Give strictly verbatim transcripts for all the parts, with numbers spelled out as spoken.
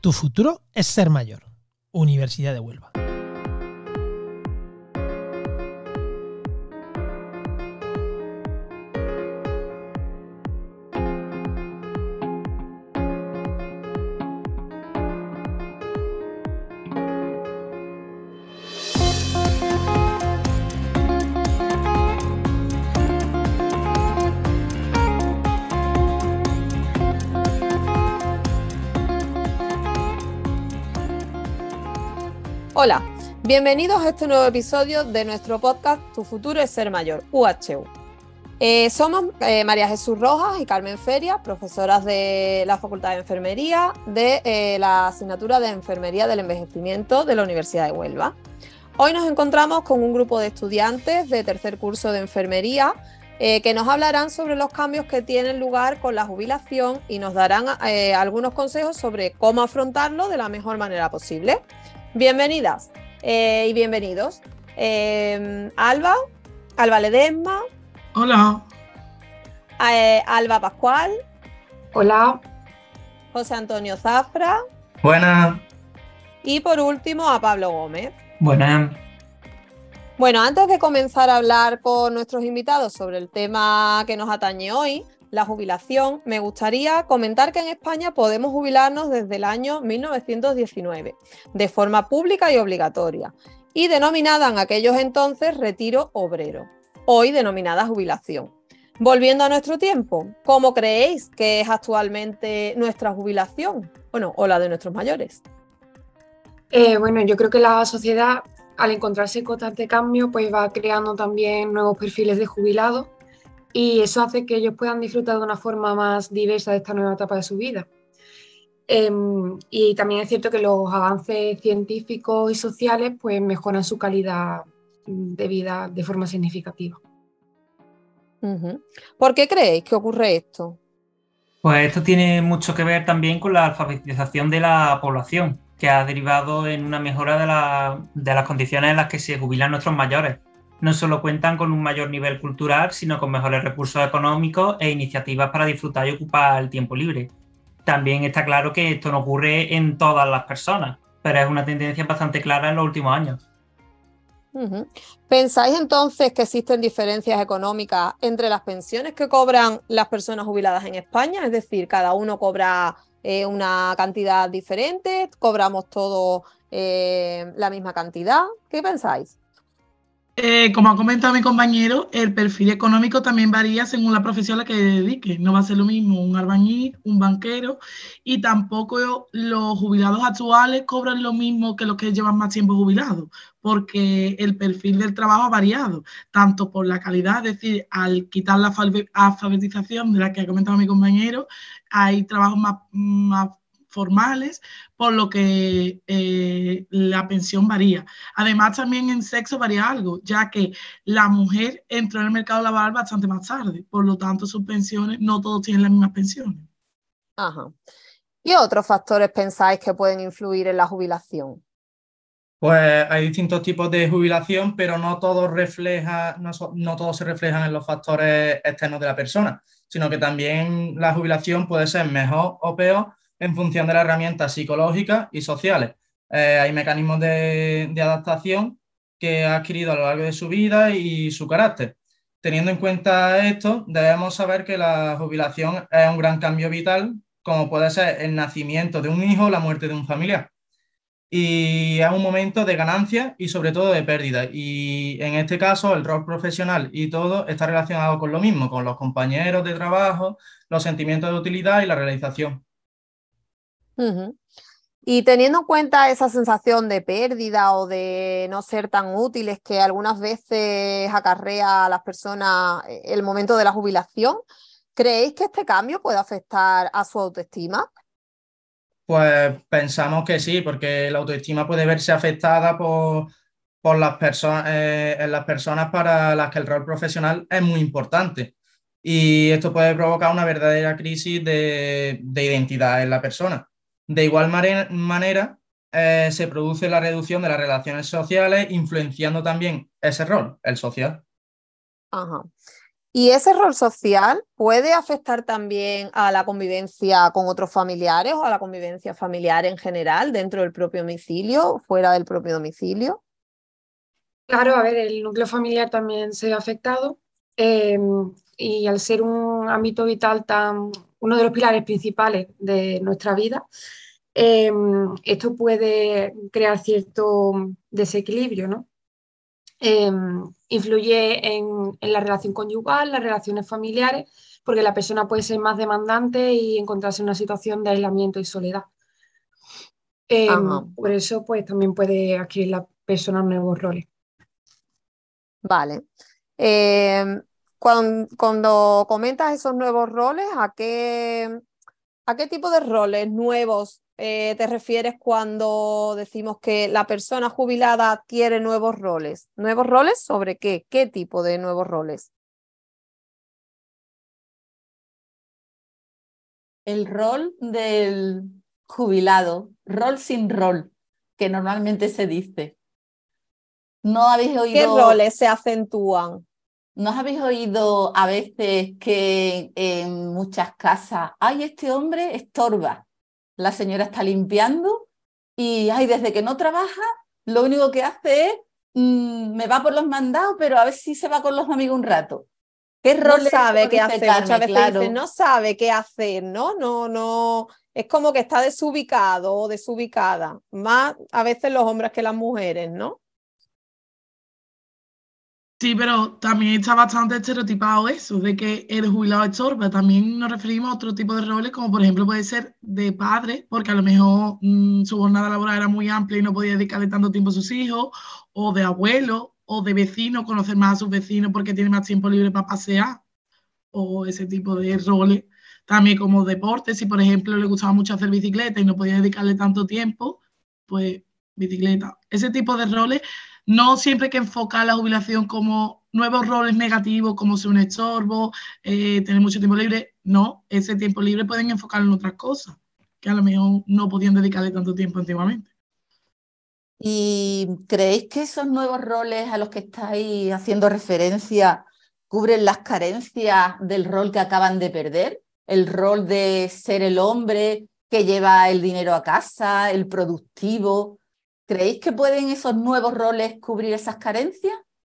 Tu futuro es ser mayor. Universidad de Huelva. Hola, bienvenidos a este nuevo episodio de nuestro podcast Tu futuro es ser mayor, U H U. Eh, somos eh, María Jesús Rojas y Carmen Feria, profesoras de la Facultad de Enfermería de eh, la asignatura de Enfermería del Envejecimiento de la Universidad de Huelva. Hoy nos encontramos con un grupo de estudiantes de tercer curso de Enfermería eh, que nos hablarán sobre los cambios que tienen lugar con la jubilación y nos darán eh, algunos consejos sobre cómo afrontarlo de la mejor manera posible. Bienvenidas eh, y bienvenidos. Eh, Alba, Alba Ledesma. Hola. Eh, Alba Pascual. Hola. José Antonio Zafra. Buenas. Y por último a Pablo Gómez. Buenas. Bueno, antes de comenzar a hablar con nuestros invitados sobre el tema que nos atañe hoy, la jubilación, me gustaría comentar que en España podemos jubilarnos desde el año mil novecientos diecinueve, de forma pública y obligatoria, y denominada en aquellos entonces retiro obrero, hoy denominada jubilación. Volviendo a nuestro tiempo, ¿cómo creéis que es actualmente nuestra jubilación? Bueno, o la de nuestros mayores. Eh, bueno, yo creo que la sociedad, al encontrarse en constante cambio, pues va creando también nuevos perfiles de jubilados. Y eso hace que ellos puedan disfrutar de una forma más diversa de esta nueva etapa de su vida. Eh, y también es cierto que los avances científicos y sociales pues, mejoran su calidad de vida de forma significativa. Uh-huh. ¿Por qué creéis que ocurre esto? Pues esto tiene mucho que ver también con la alfabetización de la población, que ha derivado en una mejora de, la, de las condiciones en las que se jubilan nuestros mayores. No solo cuentan con un mayor nivel cultural, sino con mejores recursos económicos e iniciativas para disfrutar y ocupar el tiempo libre. También está claro que esto no ocurre en todas las personas, pero es una tendencia bastante clara en los últimos años. Uh-huh. ¿Pensáis entonces que existen diferencias económicas entre las pensiones que cobran las personas jubiladas en España? Es decir, cada uno cobra eh, una cantidad diferente, cobramos todos eh, la misma cantidad. ¿Qué pensáis? Eh, como ha comentado mi compañero, el perfil económico también varía según la profesión a la que dedique. No va a ser lo mismo un albañil, un banquero, y tampoco los jubilados actuales cobran lo mismo que los que llevan más tiempo jubilados, porque el perfil del trabajo ha variado, tanto por la calidad, es decir, al quitar la alfabetización de la que ha comentado mi compañero, hay trabajos más, más formales, por lo que eh, la pensión varía. Además, también en sexo varía algo, ya que la mujer entró en el mercado laboral bastante más tarde, por lo tanto, sus pensiones, no todos tienen las mismas pensiones. Ajá. ¿Qué otros factores pensáis que pueden influir en la jubilación? Pues hay distintos tipos de jubilación, pero no todos refleja, no, no todos se reflejan en los factores externos de la persona, sino que también la jubilación puede ser mejor o peor en función de las herramientas psicológicas y sociales. Eh, hay mecanismos de, de adaptación que ha adquirido a lo largo de su vida y su carácter. Teniendo en cuenta esto, debemos saber que la jubilación es un gran cambio vital, como puede ser el nacimiento de un hijo o la muerte de un familiar. Y es un momento de ganancia y sobre todo de pérdida. Y en este caso el rol profesional y todo está relacionado con lo mismo, con los compañeros de trabajo, los sentimientos de utilidad y la realización. Uh-huh. Y teniendo en cuenta esa sensación de pérdida o de no ser tan útiles que algunas veces acarrea a las personas el momento de la jubilación, ¿creéis que este cambio puede afectar a su autoestima? Pues pensamos que sí, porque la autoestima puede verse afectada por, por las personas, eh, en las personas para las que el rol profesional es muy importante. Y esto puede provocar una verdadera crisis de, de identidad en la persona. De igual mare- manera, eh, se produce la reducción de las relaciones sociales, influenciando también ese rol, el social. Ajá. ¿Y ese rol social puede afectar también a la convivencia con otros familiares o a la convivencia familiar en general dentro del propio domicilio, fuera del propio domicilio? Claro, a ver, el núcleo familiar también se ve afectado eh, y al ser un ámbito vital tan, uno de los pilares principales de nuestra vida, eh, esto puede crear cierto desequilibrio, ¿no? Eh, influye en, en la relación conyugal, las relaciones familiares, porque la persona puede ser más demandante y encontrarse en una situación de aislamiento y soledad. Eh, Ajá, por eso, pues también puede adquirir la persona nuevos roles. vale. Eh, cuan- cuando, comentas esos nuevos roles, ¿a qué, a qué tipo de roles nuevos eh, te refieres cuando decimos que la persona jubilada adquiere nuevos roles? ¿Nuevos roles sobre qué? ¿Qué tipo de nuevos roles? El rol del jubilado, rol sin rol, que normalmente se dice. ¿No habéis ¿Qué oído, roles se acentúan? ¿no habéis oído a veces que en muchas casas, ay, este hombre estorba? La señora está limpiando y, ay, desde que no trabaja, lo único que hace es, mm, me va por los mandados, pero a ver si se va con los amigos un rato. ¿Qué No roles, sabe como qué dice hacer. Muchas Carmen? veces dicen, Claro. no sabe qué hacer, ¿no? No, no. Es como que está desubicado o desubicada. Más a veces los hombres que las mujeres, ¿no? Sí, pero también está bastante estereotipado eso, de que el jubilado estorba. También nos referimos a otro tipo de roles, como por ejemplo puede ser de padre, porque a lo mejor mmm, su jornada laboral era muy amplia y no podía dedicarle tanto tiempo a sus hijos, o de abuelo, o de vecino, conocer más a sus vecinos porque tiene más tiempo libre para pasear, o ese tipo de roles. También como deporte, si por ejemplo le gustaba mucho hacer bicicleta y no podía dedicarle tanto tiempo, pues bicicleta. Ese tipo de roles, no siempre hay que enfocar la jubilación como nuevos roles negativos, como ser un estorbo, eh, tener mucho tiempo libre. No, ese tiempo libre pueden enfocarlo en otras cosas, que a lo mejor no podían dedicarle tanto tiempo antiguamente. ¿Y creéis que esos nuevos roles a los que estáis haciendo referencia cubren las carencias del rol que acaban de perder? El rol de ser el hombre que lleva el dinero a casa, el productivo. ¿Creéis que pueden esos nuevos roles cubrir esas carencias?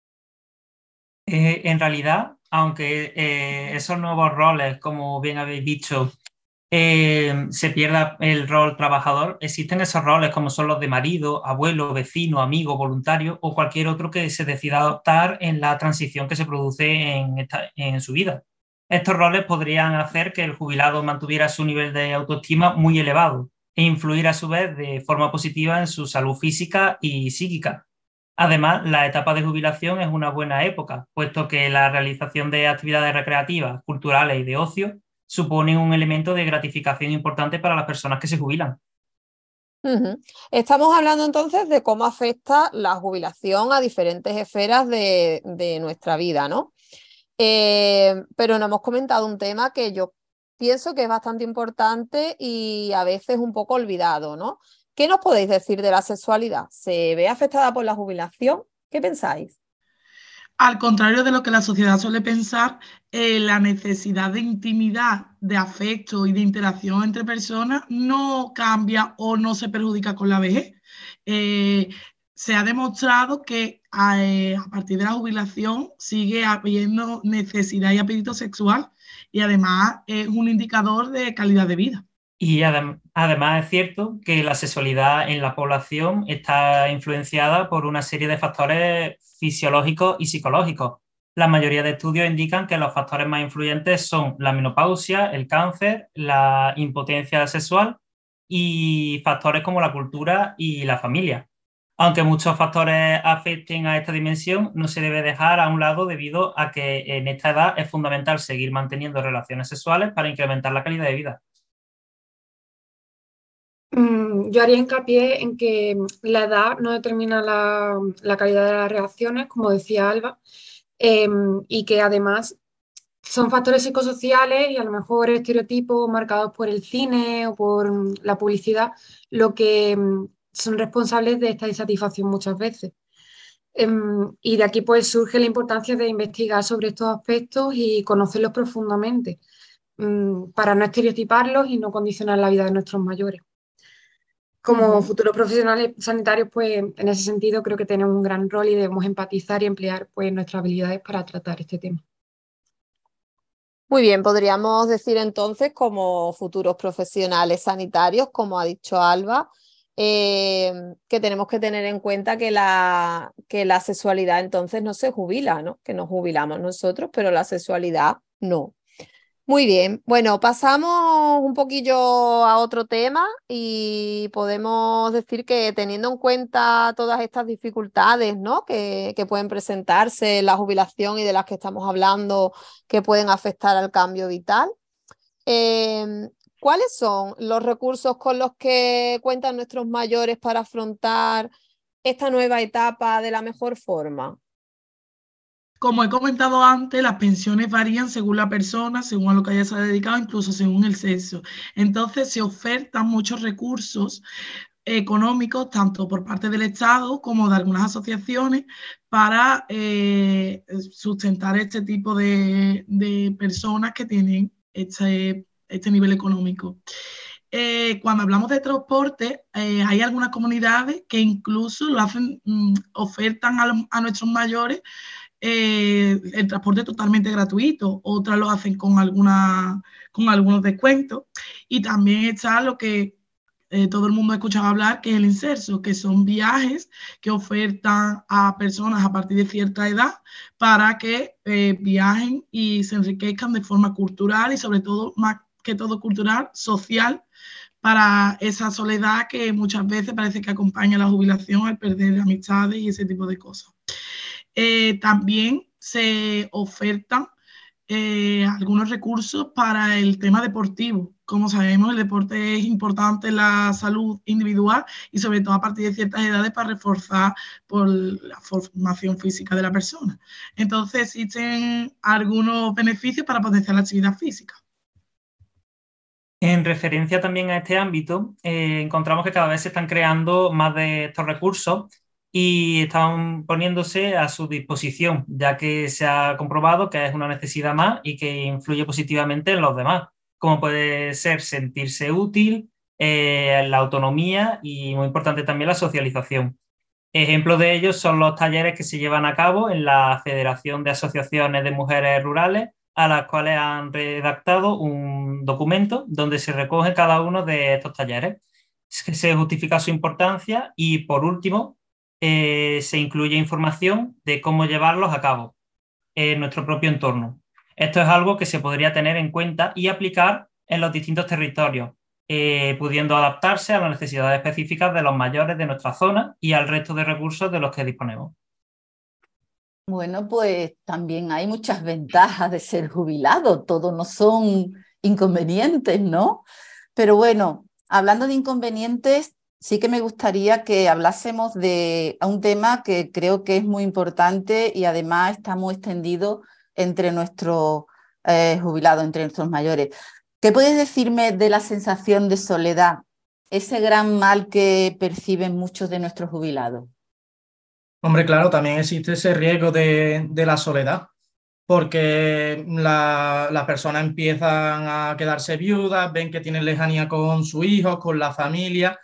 Eh, en realidad, aunque eh, esos nuevos roles, como bien habéis dicho, eh, se pierda el rol trabajador, existen esos roles como son los de marido, abuelo, vecino, amigo, voluntario o cualquier otro que se decida adoptar en la transición que se produce en, esta, en su vida. Estos roles podrían hacer que el jubilado mantuviera su nivel de autoestima muy elevado e influir a su vez de forma positiva en su salud física y psíquica. Además, la etapa de jubilación es una buena época, puesto que la realización de actividades recreativas, culturales y de ocio suponen un elemento de gratificación importante para las personas que se jubilan. Uh-huh. Estamos hablando entonces de cómo afecta la jubilación a diferentes esferas de, de nuestra vida, ¿no? Eh, pero no hemos comentado un tema que yo pienso que es bastante importante y a veces un poco olvidado, ¿no? ¿Qué nos podéis decir de la sexualidad? ¿Se ve afectada por la jubilación? ¿Qué pensáis? Al contrario de lo que la sociedad suele pensar, eh, la necesidad de intimidad, de afecto y de interacción entre personas no cambia o no se perjudica con la vejez. Eh, se ha demostrado que a, eh, a partir de la jubilación sigue habiendo necesidad y apetito sexual y además es un indicador de calidad de vida. Y adem además es cierto que la sexualidad en la población está influenciada por una serie de factores fisiológicos y psicológicos. La mayoría de estudios indican que los factores más influyentes son la menopausia, el cáncer, la impotencia sexual y factores como la cultura y la familia. Aunque muchos factores afecten a esta dimensión, no se debe dejar a un lado debido a que en esta edad es fundamental seguir manteniendo relaciones sexuales para incrementar la calidad de vida. Yo haría hincapié en que la edad no determina la, la calidad de las reacciones, como decía Alba, eh, y que además son factores psicosociales y a lo mejor estereotipos marcados por el cine o por la publicidad, lo que son responsables de esta insatisfacción muchas veces. em, y de aquí pues surge la importancia de investigar sobre estos aspectos y conocerlos profundamente, em, para no estereotiparlos y no condicionar la vida de nuestros mayores. Como Ujú. futuros profesionales sanitarios, pues en ese sentido creo que tenemos un gran rol y debemos empatizar y emplear pues nuestras habilidades para tratar este tema. Muy bien, podríamos decir entonces, como futuros profesionales sanitarios, como ha dicho Alba, eh, que tenemos que tener en cuenta que la, que la sexualidad entonces no se jubila, ¿no? Que nos jubilamos nosotros, pero la sexualidad no. Muy bien, bueno, pasamos un poquillo a otro tema y podemos decir que teniendo en cuenta todas estas dificultades, ¿no? que, que pueden presentarse en la jubilación y de las que estamos hablando, que pueden afectar al cambio vital, eh, ¿cuáles son los recursos con los que cuentan nuestros mayores para afrontar esta nueva etapa de la mejor forma? Como he comentado antes, las pensiones varían según la persona, según a lo que haya se ha dedicado, incluso según el sexo. Entonces se ofertan muchos recursos económicos, tanto por parte del Estado como de algunas asociaciones, para eh, sustentar este tipo de, de personas que tienen este, este nivel económico. Eh, cuando hablamos de transporte, eh, hay algunas comunidades que incluso lo hacen, mm, ofertan a, a nuestros mayores eh, el transporte totalmente gratuito, otras lo hacen con, alguna, con algunos descuentos, y también está lo que eh, todo el mundo ha escuchado hablar, que es el inserso, que son viajes que ofertan a personas a partir de cierta edad para que eh, viajen y se enriquezcan de forma cultural y sobre todo, más que todo cultural, social, para esa soledad que muchas veces parece que acompaña a la jubilación al perder amistades y ese tipo de cosas. Eh, también se ofertan eh, algunos recursos para el tema deportivo. Como sabemos, el deporte es importante en la salud individual y sobre todo a partir de ciertas edades para reforzar por la formación física de la persona. Entonces existen algunos beneficios para potenciar la actividad física. En referencia también a este ámbito, eh, encontramos que cada vez se están creando más de estos recursos y están poniéndose a su disposición, ya que se ha comprobado que es una necesidad más y que influye positivamente en los demás, como puede ser sentirse útil, eh, la autonomía y, muy importante también, la socialización. Ejemplos de ellos son los talleres que se llevan a cabo en la Federación de Asociaciones de Mujeres Rurales, a las cuales han redactado un documento donde se recoge cada uno de estos talleres. Se justifica su importancia y, por último, eh, se incluye información de cómo llevarlos a cabo en nuestro propio entorno. Esto es algo que se podría tener en cuenta y aplicar en los distintos territorios, eh, pudiendo adaptarse a las necesidades específicas de los mayores de nuestra zona y al resto de recursos de los que disponemos. Bueno, pues también hay muchas ventajas de ser jubilado, todo no son inconvenientes, ¿no? Pero bueno, hablando de inconvenientes, sí que me gustaría que hablásemos de un tema que creo que es muy importante y además está muy extendido entre nuestros eh, jubilados, entre nuestros mayores. ¿Qué puedes decirme de la sensación de soledad, ese gran mal que perciben muchos de nuestros jubilados? Hombre, claro, también existe ese riesgo de, de la soledad, porque la- las personas empiezan a quedarse viudas, ven que tienen lejanía con sus hijos, con la familia,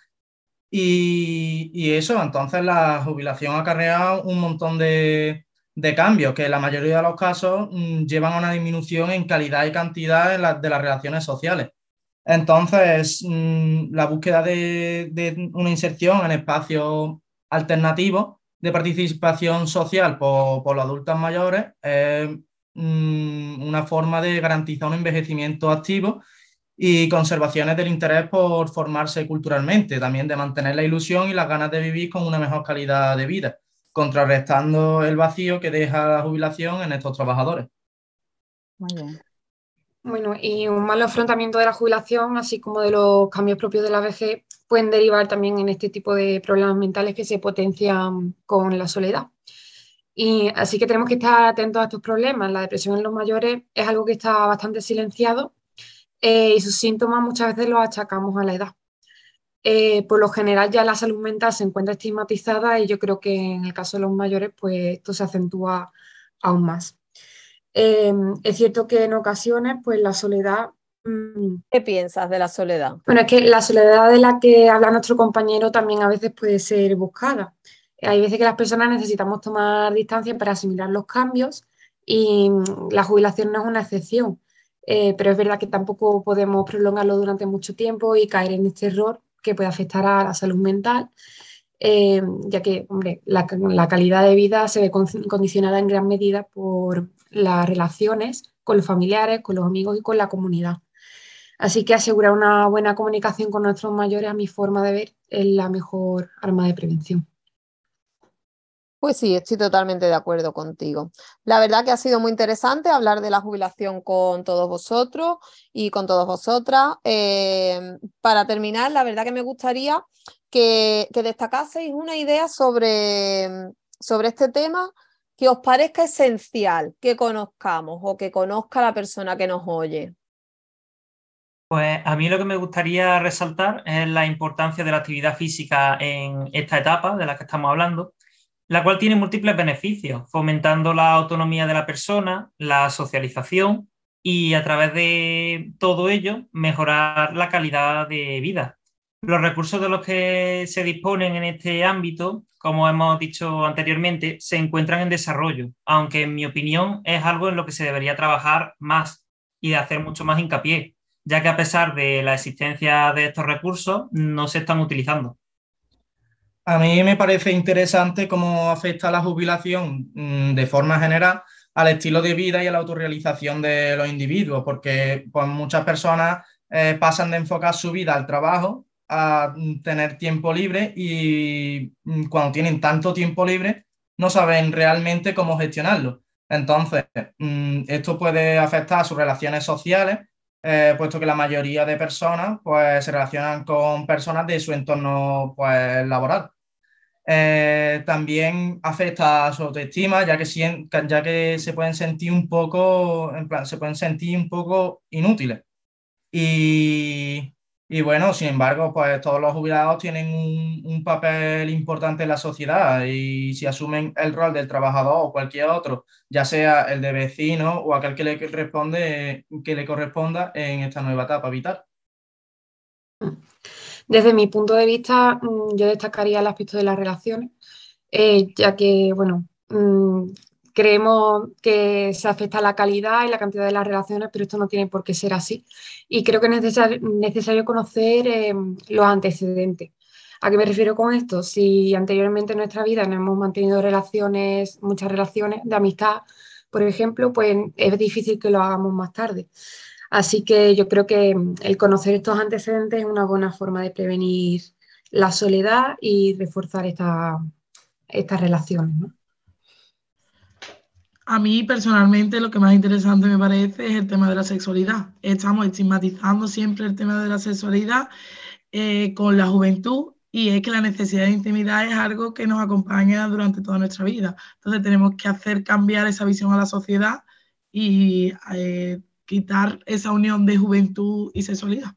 y, y eso, entonces la jubilación acarrea un montón de, de cambios que en la mayoría de los casos mm, llevan a una disminución en calidad y cantidad en la- de las relaciones sociales. Entonces, mm, la búsqueda de, de una inserción en espacios alternativos de participación social por, por los adultos mayores es mm, una forma de garantizar un envejecimiento activo y conservaciones del interés por formarse culturalmente, también de mantener la ilusión y las ganas de vivir con una mejor calidad de vida, contrarrestando el vacío que deja la jubilación en estos trabajadores. Muy bien. Bueno, y un mal afrontamiento de la jubilación, así como de los cambios propios de la vejez, pueden derivar también en este tipo de problemas mentales que se potencian con la soledad. Y así que tenemos que estar atentos a estos problemas. La depresión en los mayores es algo que está bastante silenciado, eh, y sus síntomas muchas veces los achacamos a la edad. eh, por lo general ya la salud mental se encuentra estigmatizada y yo creo que en el caso de los mayores pues esto se acentúa aún más. Eh, es cierto que en ocasiones pues la soledad... Mmm, ¿Qué piensas de la soledad? Bueno, es que la soledad de la que habla nuestro compañero también a veces puede ser buscada. Hay veces que las personas necesitamos tomar distancia para asimilar los cambios y la jubilación no es una excepción. Eh, pero es verdad que tampoco podemos prolongarlo durante mucho tiempo y caer en este error que puede afectar a la salud mental, eh, ya que, hombre, la, la calidad de vida se ve condicionada en gran medida por las relaciones con los familiares, con los amigos y con la comunidad. Así que asegurar una buena comunicación con nuestros mayores, a mi forma de ver, es la mejor arma de prevención. Pues sí, estoy totalmente de acuerdo contigo. La verdad que ha sido muy interesante hablar de la jubilación con todos vosotros y con todas vosotras. Eh, para terminar, la verdad que me gustaría que, que destacaseis una idea sobre, sobre este tema que os parezca esencial que conozcamos o que conozca la persona que nos oye. Pues a mí lo que me gustaría resaltar es la importancia de la actividad física en esta etapa de la que estamos hablando, la cual tiene múltiples beneficios, fomentando la autonomía de la persona, la socialización y a través de todo ello mejorar la calidad de vida. Los recursos de los que se disponen en este ámbito, como hemos dicho anteriormente, se encuentran en desarrollo, aunque en mi opinión es algo en lo que se debería trabajar más y de hacer mucho más hincapié, ya que a pesar de la existencia de estos recursos, no se están utilizando. A mí me parece interesante cómo afecta la jubilación mmm, de forma general al estilo de vida y a la autorrealización de los individuos, porque pues, muchas personas eh, pasan de enfocar su vida al trabajo a tener tiempo libre y mmm, cuando tienen tanto tiempo libre no saben realmente cómo gestionarlo. Entonces, mmm, esto puede afectar a sus relaciones sociales, Eh, puesto que la mayoría de personas pues, se relacionan con personas de su entorno pues, laboral. Eh, también afecta a su autoestima, ya que, sien- ya que se pueden sentir un poco, en plan, se pueden sentir un poco inútiles. Y, y bueno, sin embargo, pues todos los jubilados tienen un, un papel importante en la sociedad y si asumen el rol del trabajador o cualquier otro, ya sea el de vecino o aquel que le responde, que le corresponda en esta nueva etapa vital. Desde mi punto de vista, yo destacaría el aspecto de las relaciones, eh, ya que, bueno, mmm, creemos que se afecta la calidad y la cantidad de las relaciones, pero esto no tiene por qué ser así. Y creo que es necesario, necesario conocer eh, los antecedentes. ¿A qué me refiero con esto? Si anteriormente en nuestra vida no hemos mantenido relaciones, muchas relaciones de amistad, por ejemplo, pues es difícil que lo hagamos más tarde. Así que yo creo que el conocer estos antecedentes es una buena forma de prevenir la soledad y reforzar esta, estas relaciones, ¿no? A mí personalmente lo que más interesante me parece es el tema de la sexualidad. Estamos estigmatizando siempre el tema de la sexualidad eh, con la juventud y es que la necesidad de intimidad es algo que nos acompaña durante toda nuestra vida. Entonces tenemos que hacer cambiar esa visión a la sociedad y eh, quitar esa unión de juventud y sexualidad.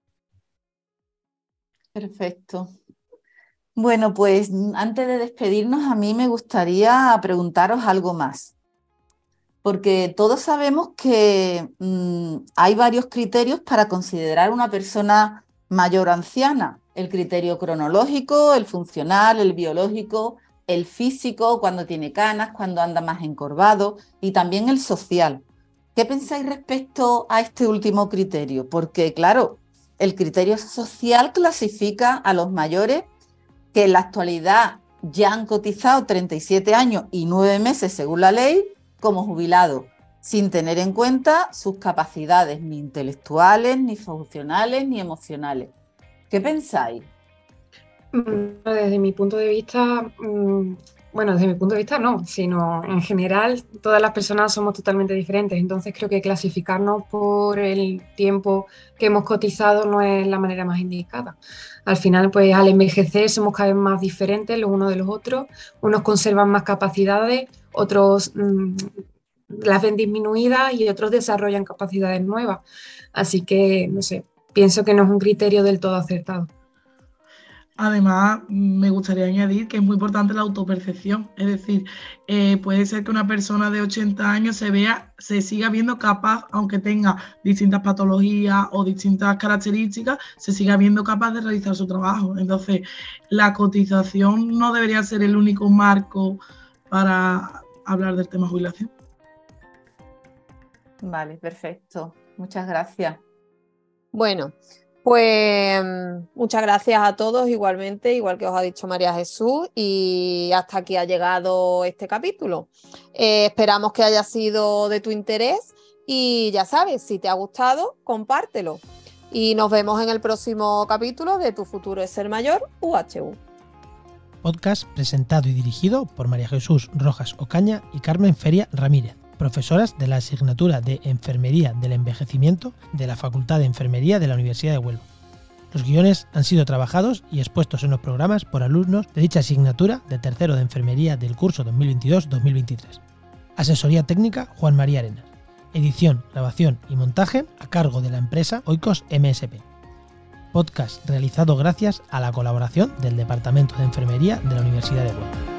Perfecto. Bueno, pues antes de despedirnos, a mí me gustaría preguntaros algo más. Porque todos sabemos que mmm, hay varios criterios para considerar una persona mayor o anciana. El criterio cronológico, el funcional, el biológico, el físico, cuando tiene canas, cuando anda más encorvado, y también el social. ¿Qué pensáis respecto a este último criterio? Porque, claro, el criterio social clasifica a los mayores que en la actualidad ya han cotizado treinta y siete años y nueve meses según la ley, como jubilado, sin tener en cuenta sus capacidades ni intelectuales, ni funcionales, ni emocionales. ¿Qué pensáis? Desde mi punto de vista, bueno, desde mi punto de vista no, sino en general todas las personas somos totalmente diferentes, entonces creo que clasificarnos por el tiempo que hemos cotizado no es la manera más indicada. Al final, pues al envejecer somos cada vez más diferentes los unos de los otros, unos conservan más capacidades, otros mmm, las ven disminuidas y otros desarrollan capacidades nuevas. Así que, no sé, pienso que no es un criterio del todo acertado. Además, me gustaría añadir que es muy importante la autopercepción. Es decir, eh, puede ser que una persona de ochenta años se vea, se siga viendo capaz, aunque tenga distintas patologías o distintas características, se siga viendo capaz de realizar su trabajo. Entonces, la cotización no debería ser el único marco para hablar del tema jubilación. Vale, perfecto. Muchas gracias. Bueno, pues muchas gracias a todos igualmente, igual que os ha dicho María Jesús, y hasta aquí ha llegado este capítulo. Eh, esperamos que haya sido de tu interés y ya sabes, si te ha gustado, compártelo. Y nos vemos en el próximo capítulo de Tu futuro es ser mayor, U H U. Podcast presentado y dirigido por María Jesús Rojas Ocaña y Carmen Feria Ramírez, profesoras de la asignatura de Enfermería del Envejecimiento de la Facultad de Enfermería de la Universidad de Huelva. Los guiones han sido trabajados y expuestos en los programas por alumnos de dicha asignatura de tercero de Enfermería del curso dos mil veintidós dos mil veintitrés. Asesoría técnica Juan María Arenas. Edición, grabación y montaje a cargo de la empresa Oikos M S P. Podcast realizado gracias a la colaboración del Departamento de Enfermería de la Universidad de Huelva.